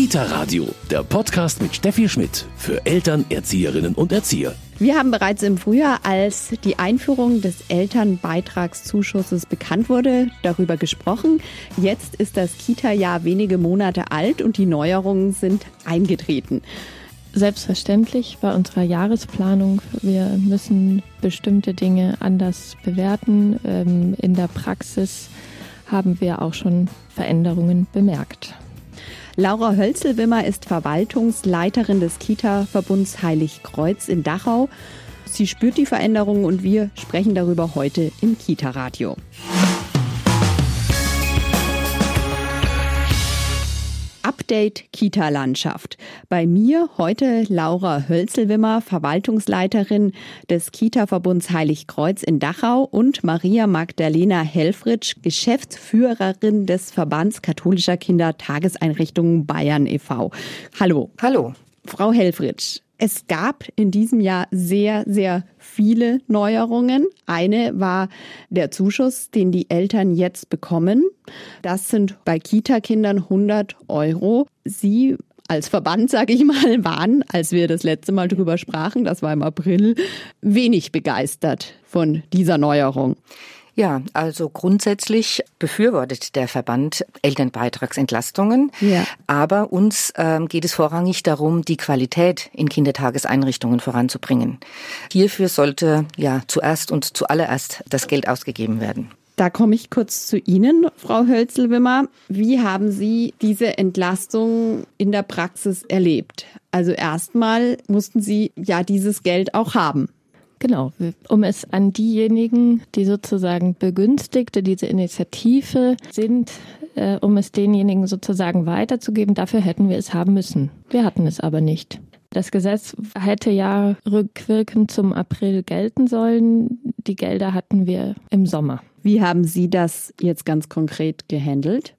Kita Radio, der Podcast mit Steffi Schmidt für Eltern, Erzieherinnen und Erzieher. Wir haben bereits im Frühjahr, als die Einführung des Elternbeitragszuschusses bekannt wurde, darüber gesprochen. Jetzt ist das Kita-Jahr wenige Monate alt und die Neuerungen sind eingetreten. Selbstverständlich bei unserer Jahresplanung. Wir müssen bestimmte Dinge anders bewerten. In der Praxis haben wir auch schon Veränderungen bemerkt. Laura Hölzel-Wimmer ist Verwaltungsleiterin des Kita-Verbunds Heiligkreuz in Dachau. Sie spürt die Veränderungen und wir sprechen darüber heute im Kita-Radio. Update Kita-Landschaft. Bei mir heute Laura Hölzel-Wimmer, Verwaltungsleiterin des Kita-Verbunds Heiligkreuz in Dachau und Maria Magdalena Helfrich, Geschäftsführerin des Verbands katholischer Kindertageseinrichtungen Bayern e.V. Hallo. Hallo. Frau Helfrich, es gab in diesem Jahr sehr, sehr viele Neuerungen. Eine war der Zuschuss, den die Eltern jetzt bekommen. Das sind bei Kita-Kindern 100 €. Sie als Verband, sage ich mal, waren, als wir das letzte Mal drüber sprachen, das war im April, wenig begeistert von dieser Neuerung. Ja, also grundsätzlich befürwortet der Verband Elternbeitragsentlastungen. Ja. Aber uns geht es vorrangig darum, die Qualität in Kindertageseinrichtungen voranzubringen. Hierfür sollte ja zuerst und zuallererst das Geld ausgegeben werden. Da komme ich kurz zu Ihnen, Frau Hölzel-Wimmer. Wie haben Sie diese Entlastung in der Praxis erlebt? Also erstmal mussten Sie ja dieses Geld auch haben. Genau, um es an diejenigen, die sozusagen Begünstigte dieser Initiative sind, um es denjenigen sozusagen weiterzugeben, dafür hätten wir es haben müssen. Wir hatten es aber nicht. Das Gesetz hätte ja rückwirkend zum April gelten sollen. Die Gelder hatten wir im Sommer. Wie haben Sie das jetzt ganz konkret gehandelt?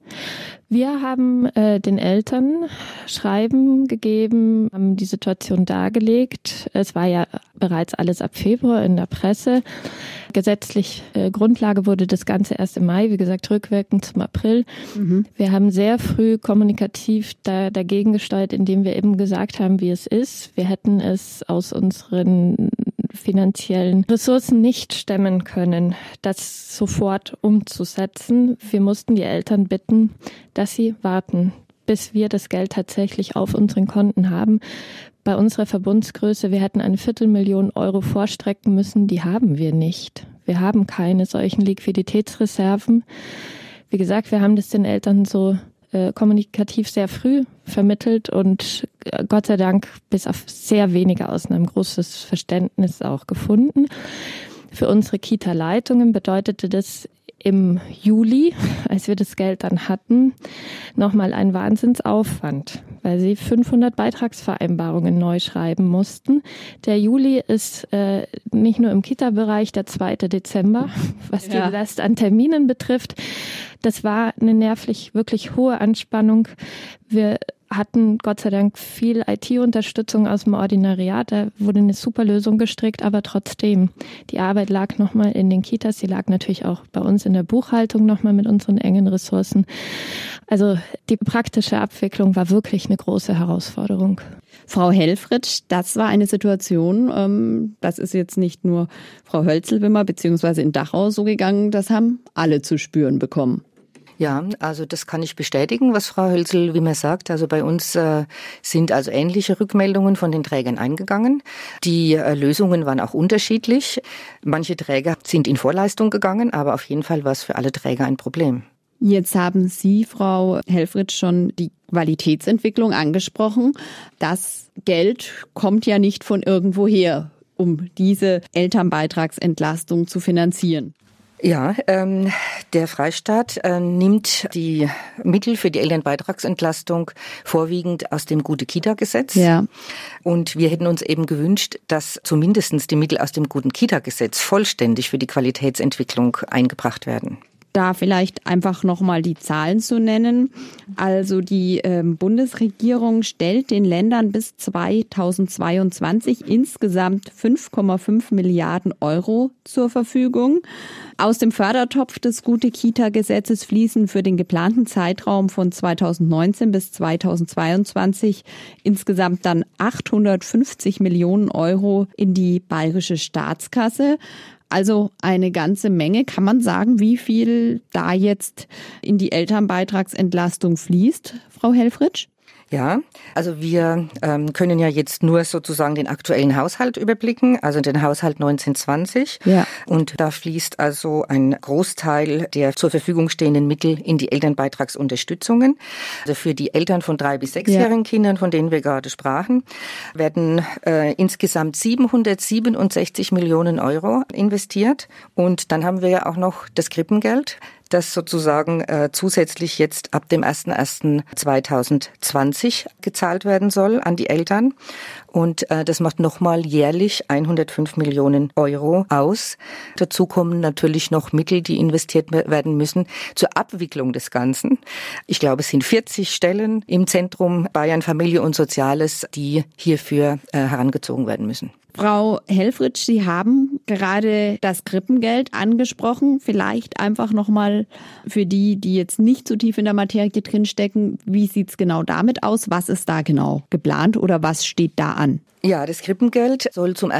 Wir haben den Eltern Schreiben gegeben, haben die Situation dargelegt. Es war ja bereits alles ab Februar in der Presse. Gesetzlich Grundlage wurde das Ganze erst im Mai, wie gesagt, rückwirkend zum April. Wir haben sehr früh kommunikativ dagegen gesteuert, indem wir eben gesagt haben, wie es ist. Wir hätten es aus unseren finanziellen Ressourcen nicht stemmen können, das sofort umzusetzen. Wir mussten die Eltern bitten, dass sie warten, bis wir das Geld tatsächlich auf unseren Konten haben. Bei unserer Verbundsgröße, wir hätten 250.000 € vorstrecken müssen, die haben wir nicht. Wir haben keine solchen Liquiditätsreserven. Wie gesagt, wir haben das den Eltern so kommunikativ sehr früh vermittelt und Gott sei Dank bis auf sehr wenige Ausnahmen großes Verständnis auch gefunden. Für unsere Kita-Leitungen bedeutete das im Juli, als wir das Geld dann hatten, nochmal ein Wahnsinnsaufwand, weil sie 500 Beitragsvereinbarungen neu schreiben mussten. Der Juli ist nicht nur im Kita-Bereich der 2. Dezember, was die Last an Terminen betrifft. Das war eine nervlich wirklich hohe Anspannung. Wir hatten Gott sei Dank viel IT-Unterstützung aus dem Ordinariat. Da wurde eine super Lösung gestrickt, aber trotzdem, die Arbeit lag nochmal in den Kitas. Sie lag natürlich auch bei uns in der Buchhaltung nochmal mit unseren engen Ressourcen. Also die praktische Abwicklung war wirklich eine große Herausforderung. Frau Helfrich, das war eine Situation, das ist jetzt nicht nur Frau Hölzel-Wimmer beziehungsweise in Dachau so gegangen, das haben alle zu spüren bekommen. Ja, also das kann ich bestätigen, was Frau Hölzel-Wimmer sagt. Also bei uns sind also ähnliche Rückmeldungen von den Trägern eingegangen. Die Lösungen waren auch unterschiedlich. Manche Träger sind in Vorleistung gegangen, aber auf jeden Fall war es für alle Träger ein Problem. Jetzt haben Sie, Frau Helfrich, schon die Qualitätsentwicklung angesprochen. Das Geld kommt ja nicht von irgendwoher, um diese Elternbeitragsentlastung zu finanzieren. Ja, der Freistaat nimmt die Mittel für die Elternbeitragsentlastung vorwiegend aus dem Gute-Kita-Gesetz. Ja. Und wir hätten uns eben gewünscht, dass zumindest die Mittel aus dem Guten-Kita-Gesetz vollständig für die Qualitätsentwicklung eingebracht werden. Da vielleicht einfach nochmal die Zahlen zu nennen. Also die Bundesregierung stellt den Ländern bis 2022 insgesamt 5,5 Milliarden Euro zur Verfügung. Aus dem Fördertopf des Gute-Kita-Gesetzes fließen für den geplanten Zeitraum von 2019 bis 2022 insgesamt dann 850 Millionen Euro in die bayerische Staatskasse. Also eine ganze Menge. Kann man sagen, wie viel da jetzt in die Elternbeitragsentlastung fließt, Frau Helfrich? Ja, also wir können ja jetzt nur sozusagen den aktuellen Haushalt überblicken, also den Haushalt 1920. Ja. Und da fließt also ein Großteil der zur Verfügung stehenden Mittel in die Elternbeitragsunterstützungen. Also für die Eltern von 3- bis 6-jährigen Kindern, von denen wir gerade sprachen, werden insgesamt 767 Millionen Euro investiert. Und dann haben wir ja auch noch das Krippengeld, das sozusagen zusätzlich jetzt ab dem 01.01.2020 gezahlt werden soll an die Eltern. Und das macht nochmal jährlich 105 Millionen Euro aus. Dazu kommen natürlich noch Mittel, die investiert werden müssen zur Abwicklung des Ganzen. Ich glaube, es sind 40 Stellen im Zentrum Bayern Familie und Soziales, die hierfür herangezogen werden müssen. Frau Helfrich, Sie haben gerade das Krippengeld angesprochen. Vielleicht einfach nochmal für die jetzt nicht so tief in der Materie drinstecken, wie sieht's genau damit aus? Was ist da genau geplant oder was steht da an? Ja, das Krippengeld soll zum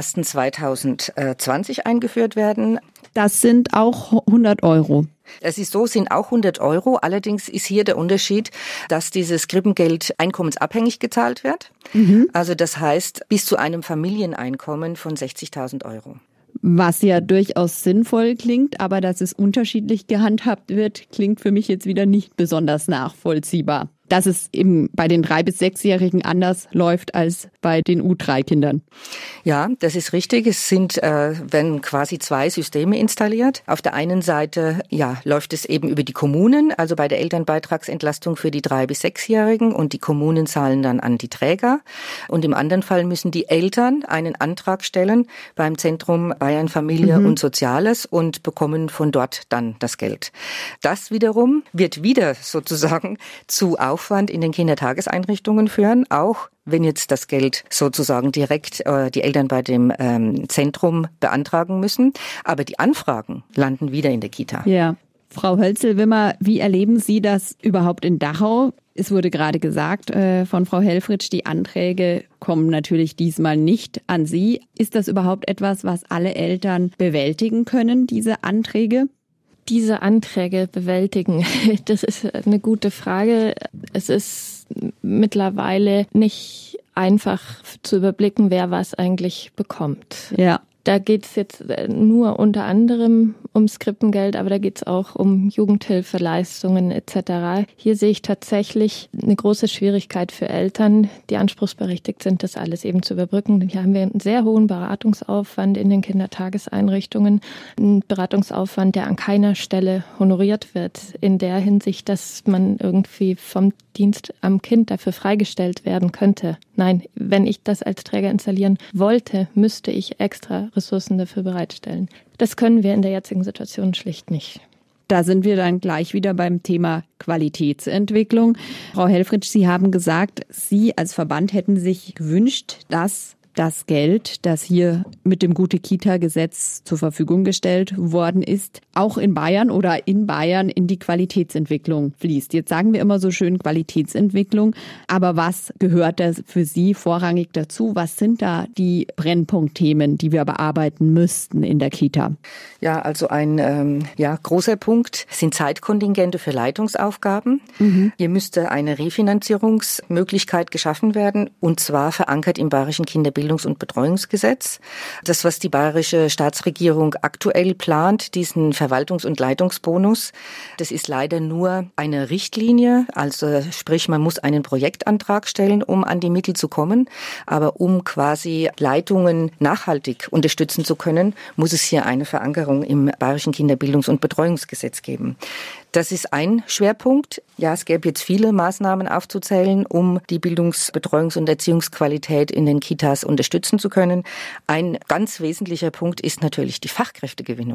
01.01.2020 eingeführt werden. Das sind auch 100 Euro. Es ist so, sind auch 100 Euro. Allerdings ist hier der Unterschied, dass dieses Krippengeld einkommensabhängig gezahlt wird. Also das heißt, bis zu einem Familieneinkommen von 60.000 Euro. Was ja durchaus sinnvoll klingt, aber dass es unterschiedlich gehandhabt wird, klingt für mich jetzt wieder nicht besonders nachvollziehbar. Dass es eben bei den 3- bis 6-Jährigen anders läuft als bei den U3-Kindern. Ja, das ist richtig. Es werden quasi 2 Systeme installiert. Auf der einen Seite läuft es eben über die Kommunen, also bei der Elternbeitragsentlastung für die 3- bis 6-Jährigen, und die Kommunen zahlen dann an die Träger. Und im anderen Fall müssen die Eltern einen Antrag stellen beim Zentrum Bayern Familie und Soziales und bekommen von dort dann das Geld. Das wiederum wird wieder sozusagen zu Aufwand in den Kindertageseinrichtungen führen, auch wenn jetzt das Geld sozusagen direkt die Eltern bei dem Zentrum beantragen müssen. Aber die Anfragen landen wieder in der Kita. Ja. Frau Hölzel-Wimmer, wie erleben Sie das überhaupt in Dachau? Es wurde gerade gesagt von Frau Helfrich, die Anträge kommen natürlich diesmal nicht an Sie. Ist das überhaupt etwas, was alle Eltern bewältigen können, diese Anträge? Diese Anträge bewältigen, das ist eine gute Frage. Es ist mittlerweile nicht einfach zu überblicken, wer was eigentlich bekommt. Ja. Da geht es jetzt nur unter anderem ums Krippengeld, aber da geht es auch um Jugendhilfeleistungen etc. Hier sehe ich tatsächlich eine große Schwierigkeit für Eltern, die anspruchsberechtigt sind, das alles eben zu überbrücken. Hier haben wir einen sehr hohen Beratungsaufwand in den Kindertageseinrichtungen, einen Beratungsaufwand, der an keiner Stelle honoriert wird, in der Hinsicht, dass man irgendwie vom Dienst am Kind dafür freigestellt werden könnte. Nein, wenn ich das als Träger installieren wollte, müsste ich extra Ressourcen dafür bereitstellen. Das können wir in der jetzigen Situation schlicht nicht. Da sind wir dann gleich wieder beim Thema Qualitätsentwicklung. Frau Helfrich, Sie haben gesagt, Sie als Verband hätten sich gewünscht, dass das Geld, das hier mit dem Gute-Kita-Gesetz zur Verfügung gestellt worden ist, auch in Bayern oder in Bayern in die Qualitätsentwicklung fließt. Jetzt sagen wir immer so schön Qualitätsentwicklung, aber was gehört da für Sie vorrangig dazu? Was sind da die Brennpunktthemen, die wir bearbeiten müssten in der Kita? Ja, also ein großer Punkt sind Zeitkontingente für Leitungsaufgaben. Hier müsste eine Refinanzierungsmöglichkeit geschaffen werden, und zwar verankert im Bayerischen Kinderbildungs- und Betreuungsgesetz. Das, was die bayerische Staatsregierung aktuell plant, diesen Verwaltungs- und Leitungsbonus, das ist leider nur eine Richtlinie. Also sprich, man muss einen Projektantrag stellen, um an die Mittel zu kommen. Aber um quasi Leitungen nachhaltig unterstützen zu können, muss es hier eine Verankerung im Bayerischen Kinderbildungs- und Betreuungsgesetz geben. Das ist ein Schwerpunkt. Ja, es gäbe jetzt viele Maßnahmen aufzuzählen, um die Bildungs-, Betreuungs- und Erziehungsqualität in den Kitas unterstützen zu können. Ein ganz wesentlicher Punkt ist natürlich die Fachkräftegewinnung.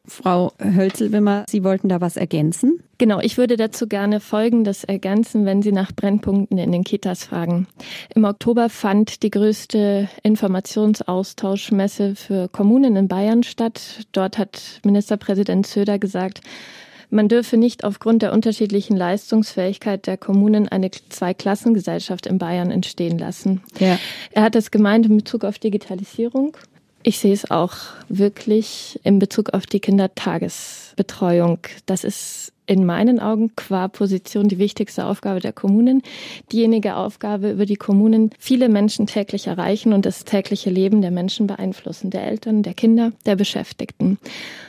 Frau Hölzel-Wimmer, Sie wollten da was ergänzen? Genau, ich würde dazu gerne Folgendes ergänzen, wenn Sie nach Brennpunkten in den Kitas fragen. Im Oktober fand die größte Informationsaustauschmesse für Kommunen in Bayern statt. Dort hat Ministerpräsident Söder gesagt, man dürfe nicht aufgrund der unterschiedlichen Leistungsfähigkeit der Kommunen eine Zweiklassengesellschaft in Bayern entstehen lassen. Ja. Er hat das gemeint in Bezug auf Digitalisierung. Ich sehe es auch wirklich in Bezug auf die Kindertagesbetreuung. Das ist in meinen Augen qua Position die wichtigste Aufgabe der Kommunen. Diejenige Aufgabe, über die Kommunen viele Menschen täglich erreichen und das tägliche Leben der Menschen beeinflussen, der Eltern, der Kinder, der Beschäftigten.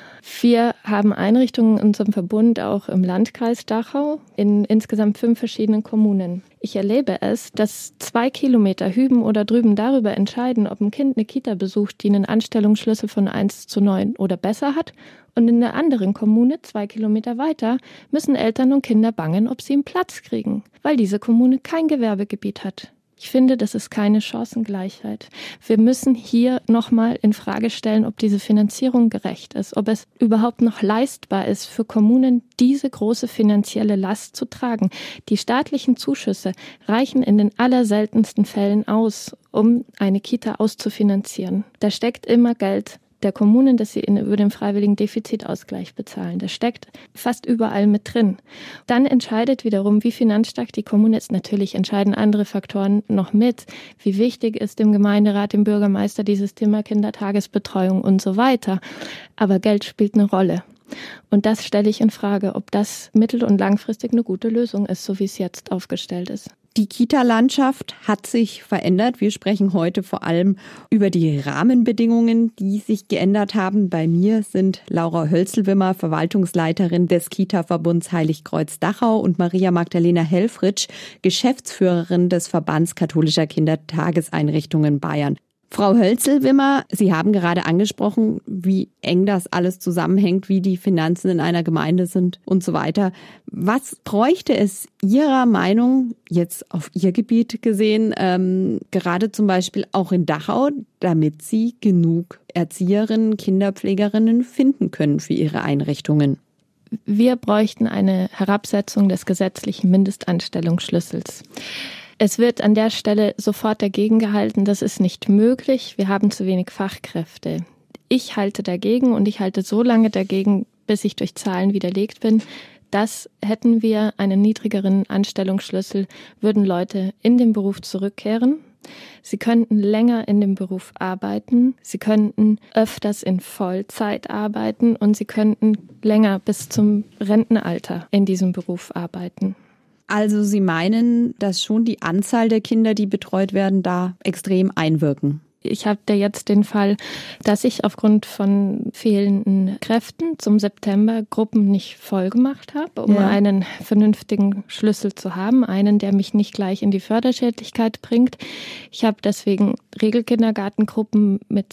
Wir haben Einrichtungen in unserem Verbund auch im Landkreis Dachau in insgesamt 5 verschiedenen Kommunen. Ich erlebe es, dass 2 Kilometer hüben oder drüben darüber entscheiden, ob ein Kind eine Kita besucht, die einen Anstellungsschlüssel von 1:9 oder besser hat. Und in der anderen Kommune, 2 Kilometer weiter, müssen Eltern und Kinder bangen, ob sie einen Platz kriegen, weil diese Kommune kein Gewerbegebiet hat. Ich finde, das ist keine Chancengleichheit. Wir müssen hier nochmal in Frage stellen, ob diese Finanzierung gerecht ist, ob es überhaupt noch leistbar ist für Kommunen, diese große finanzielle Last zu tragen. Die staatlichen Zuschüsse reichen in den allerseltensten Fällen aus, um eine Kita auszufinanzieren. Da steckt immer Geld der Kommunen, dass sie über den freiwilligen Defizitausgleich bezahlen. Das steckt fast überall mit drin. Dann entscheidet wiederum, wie finanzstark die Kommune ist. Natürlich entscheiden andere Faktoren noch mit. Wie wichtig ist dem Gemeinderat, dem Bürgermeister dieses Thema Kindertagesbetreuung und so weiter. Aber Geld spielt eine Rolle. Und das stelle ich in Frage, ob das mittel- und langfristig eine gute Lösung ist, so wie es jetzt aufgestellt ist. Die Kita-Landschaft hat sich verändert. Wir sprechen heute vor allem über die Rahmenbedingungen, die sich geändert haben. Bei mir sind Laura Hölzel-Wimmer, Verwaltungsleiterin des Kita-Verbunds Heiligkreuz Dachau, und Maria Magdalena Helfrich, Geschäftsführerin des Verbands katholischer Kindertageseinrichtungen Bayern. Frau Hölzel-Wimmer, Sie haben gerade angesprochen, wie eng das alles zusammenhängt, wie die Finanzen in einer Gemeinde sind und so weiter. Was bräuchte es Ihrer Meinung, jetzt auf Ihr Gebiet gesehen, gerade zum Beispiel auch in Dachau, damit Sie genug Erzieherinnen, Kinderpflegerinnen finden können für Ihre Einrichtungen? Wir bräuchten eine Herabsetzung des gesetzlichen Mindestanstellungsschlüssels. Es wird an der Stelle sofort dagegen gehalten, das ist nicht möglich, wir haben zu wenig Fachkräfte. Ich halte dagegen und ich halte so lange dagegen, bis ich durch Zahlen widerlegt bin, dass hätten wir einen niedrigeren Anstellungsschlüssel, würden Leute in den Beruf zurückkehren. Sie könnten länger in dem Beruf arbeiten, sie könnten öfters in Vollzeit arbeiten und sie könnten länger bis zum Rentenalter in diesem Beruf arbeiten. Also Sie meinen, dass schon die Anzahl der Kinder, die betreut werden, da extrem einwirken? Ich hatte jetzt den Fall, dass ich aufgrund von fehlenden Kräften zum September Gruppen nicht voll gemacht habe, um einen vernünftigen Schlüssel zu haben, einen, der mich nicht gleich in die Förderschädlichkeit bringt. Ich habe deswegen Regelkindergartengruppen mit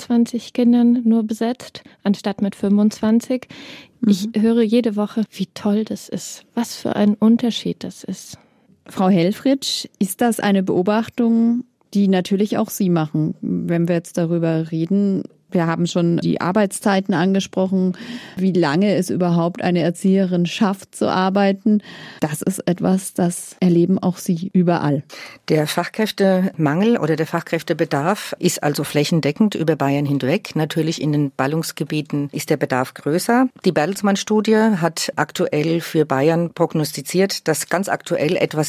22 Kindern nur besetzt, anstatt mit 25. Ich höre jede Woche, wie toll das ist, was für ein Unterschied das ist. Frau Helfrich, ist das eine Beobachtung, die natürlich auch Sie machen, wenn wir jetzt darüber reden? Wir haben schon die Arbeitszeiten angesprochen, wie lange es überhaupt eine Erzieherin schafft zu arbeiten. Das ist etwas, das erleben auch Sie überall. Der Fachkräftemangel oder der Fachkräftebedarf ist also flächendeckend über Bayern hinweg. Natürlich in den Ballungsgebieten ist der Bedarf größer. Die Bertelsmann-Studie hat aktuell für Bayern prognostiziert, dass ganz aktuell etwa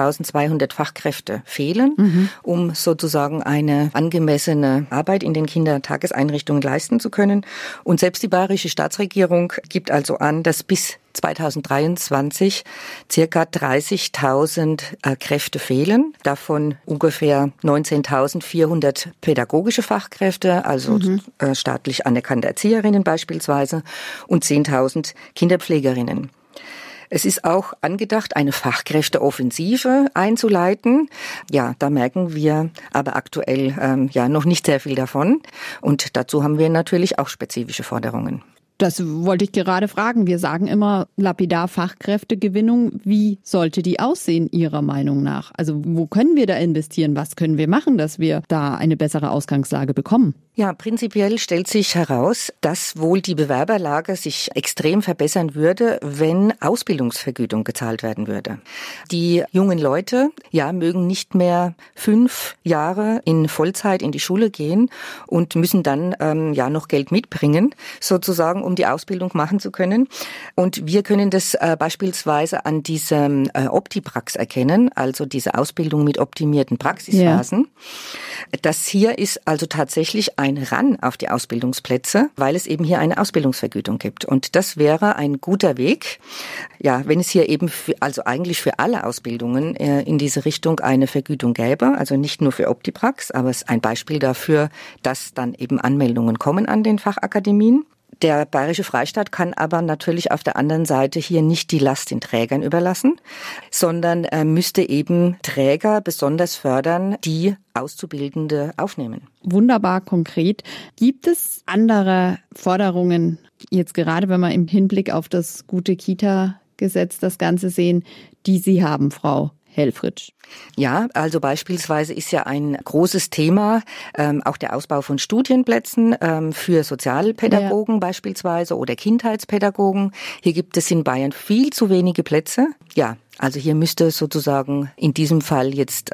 7.200 Fachkräfte fehlen, um sozusagen eine angemessene Arbeit in den Kindertageseinrichtungen leisten zu können. Und selbst die bayerische Staatsregierung gibt also an, dass bis 2023 circa 30.000 Kräfte fehlen. Davon ungefähr 19.400 pädagogische Fachkräfte, also staatlich anerkannte Erzieherinnen beispielsweise, und 10.000 Kinderpflegerinnen. Es ist auch angedacht, eine Fachkräfteoffensive einzuleiten. Ja, da merken wir aber aktuell noch nicht sehr viel davon. Und dazu haben wir natürlich auch spezifische Forderungen. Das wollte ich gerade fragen. Wir sagen immer lapidar Fachkräftegewinnung. Wie sollte die aussehen Ihrer Meinung nach? Also wo können wir da investieren? Was können wir machen, dass wir da eine bessere Ausgangslage bekommen? Ja, prinzipiell stellt sich heraus, dass wohl die Bewerberlage sich extrem verbessern würde, wenn Ausbildungsvergütung gezahlt werden würde. Die jungen Leute, mögen nicht mehr 5 Jahre in Vollzeit in die Schule gehen und müssen dann noch Geld mitbringen, sozusagen, um die Ausbildung machen zu können. Und wir können das beispielsweise an diesem Optiprax erkennen, also diese Ausbildung mit optimierten Praxisphasen. Ja. Das hier ist also tatsächlich ein Run auf die Ausbildungsplätze, weil es eben hier eine Ausbildungsvergütung gibt. Und das wäre ein guter Weg, wenn es hier eben eigentlich für alle Ausbildungen in diese Richtung eine Vergütung gäbe, also nicht nur für Optiprax, aber es ist ein Beispiel dafür, dass dann eben Anmeldungen kommen an den Fachakademien. Der Bayerische Freistaat kann aber natürlich auf der anderen Seite hier nicht die Last den Trägern überlassen, sondern müsste eben Träger besonders fördern, die Auszubildende aufnehmen. Wunderbar konkret. Gibt es andere Forderungen, jetzt gerade wenn wir im Hinblick auf das gute Kita-Gesetz das Ganze sehen, die Sie haben, Frau Helfrich? Ja, also beispielsweise ist ja ein großes Thema auch der Ausbau von Studienplätzen für Sozialpädagogen beispielsweise oder Kindheitspädagogen. Hier gibt es in Bayern viel zu wenige Plätze. Ja, also hier müsste sozusagen in diesem Fall jetzt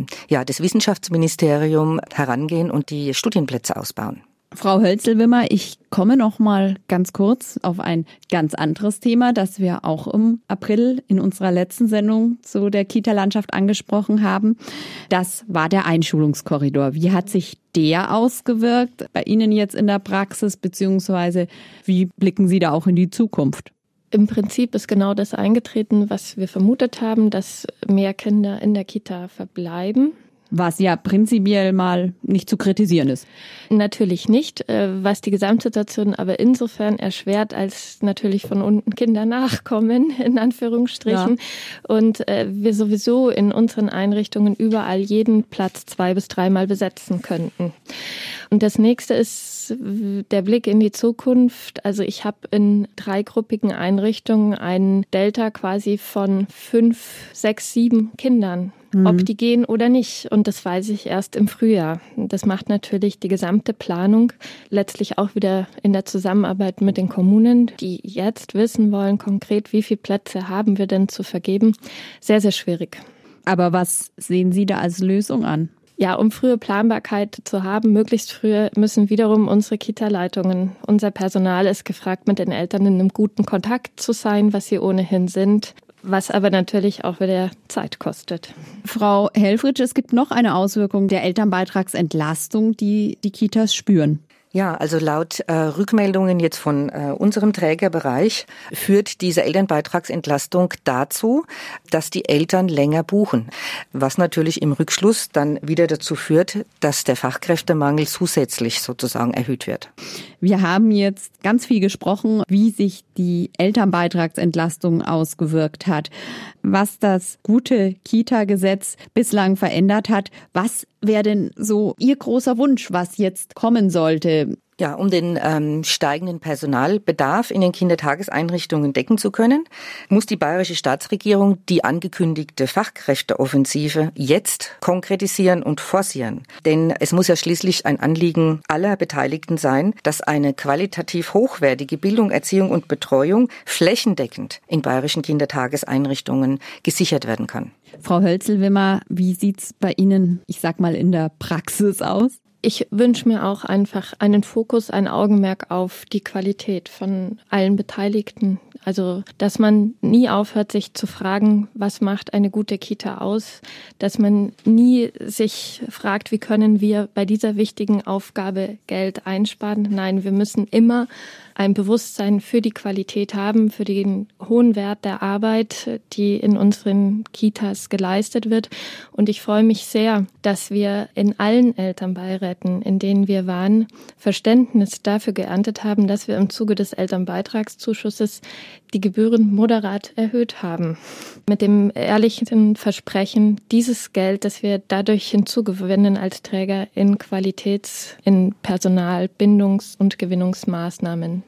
das Wissenschaftsministerium herangehen und die Studienplätze ausbauen. Frau Hölzel-Wimmer, ich komme noch mal ganz kurz auf ein ganz anderes Thema, das wir auch im April in unserer letzten Sendung zu der Kita-Landschaft angesprochen haben. Das war der Einschulungskorridor. Wie hat sich der ausgewirkt bei Ihnen jetzt in der Praxis, beziehungsweise wie blicken Sie da auch in die Zukunft? Im Prinzip ist genau das eingetreten, was wir vermutet haben, dass mehr Kinder in der Kita verbleiben. Was ja prinzipiell mal nicht zu kritisieren ist. Natürlich nicht, was die Gesamtsituation aber insofern erschwert, als natürlich von unten Kinder nachkommen, in Anführungsstrichen. Ja. Und wir sowieso in unseren Einrichtungen überall jeden Platz 2- bis 3-mal besetzen könnten. Und das nächste ist der Blick in die Zukunft. Also ich habe in 3gruppigen Einrichtungen einen Delta quasi von 5, 6, 7 Kindern. Ob die gehen oder nicht. Und das weiß ich erst im Frühjahr. Das macht natürlich die gesamte Planung, letztlich auch wieder in der Zusammenarbeit mit den Kommunen, die jetzt wissen wollen, konkret, wie viele Plätze haben wir denn zu vergeben, sehr, sehr schwierig. Aber was sehen Sie da als Lösung an? Ja, um frühe Planbarkeit zu haben, möglichst früh müssen wiederum unsere Kita-Leitungen, unser Personal ist gefragt, mit den Eltern in einem guten Kontakt zu sein, was sie ohnehin sind. Was aber natürlich auch wieder Zeit kostet. Frau Helfrich, es gibt noch eine Auswirkung der Elternbeitragsentlastung, die die Kitas spüren. Ja, also laut Rückmeldungen jetzt von unserem Trägerbereich führt diese Elternbeitragsentlastung dazu, dass die Eltern länger buchen, was natürlich im Rückschluss dann wieder dazu führt, dass der Fachkräftemangel zusätzlich sozusagen erhöht wird. Wir haben jetzt ganz viel gesprochen, wie sich die Elternbeitragsentlastung ausgewirkt hat, was das gute Kita-Gesetz bislang verändert hat. Was wäre denn so Ihr großer Wunsch, was jetzt kommen sollte? Ja, um den steigenden Personalbedarf in den Kindertageseinrichtungen decken zu können, muss die bayerische Staatsregierung die angekündigte Fachkräfteoffensive jetzt konkretisieren und forcieren. Denn es muss ja schließlich ein Anliegen aller Beteiligten sein, dass eine qualitativ hochwertige Bildung, Erziehung und Betreuung flächendeckend in bayerischen Kindertageseinrichtungen gesichert werden kann. Frau Hölzel-Wimmer, wie sieht's bei Ihnen, ich sag mal, in der Praxis aus? Ich wünsche mir auch einfach einen Fokus, ein Augenmerk auf die Qualität von allen Beteiligten. Also, dass man nie aufhört, sich zu fragen, was macht eine gute Kita aus? Dass man nie sich fragt, wie können wir bei dieser wichtigen Aufgabe Geld einsparen? Nein, wir müssen immer ein Bewusstsein für die Qualität haben, für den hohen Wert der Arbeit, die in unseren Kitas geleistet wird. Und ich freue mich sehr, dass wir in allen Elternbeiräten, in denen wir waren, Verständnis dafür geerntet haben, dass wir im Zuge des Elternbeitragszuschusses die Gebühren moderat erhöht haben. Mit dem ehrlichen Versprechen, dieses Geld, das wir dadurch hinzugewinnen als Träger in Qualitäts-, in Personal-, Bindungs- und Gewinnungsmaßnahmen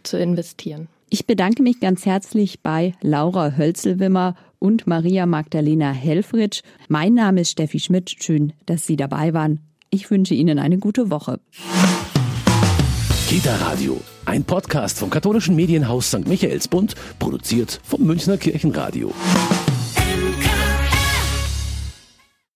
zu investieren. Ich bedanke mich ganz herzlich bei Laura Hölzelwimmer und Maria Magdalena Helfrich. Mein Name ist Steffi Schmidt. Schön, dass Sie dabei waren. Ich wünsche Ihnen eine gute Woche. Kita Radio, ein Podcast vom katholischen Medienhaus St. Michaelsbund, produziert vom Münchner Kirchenradio.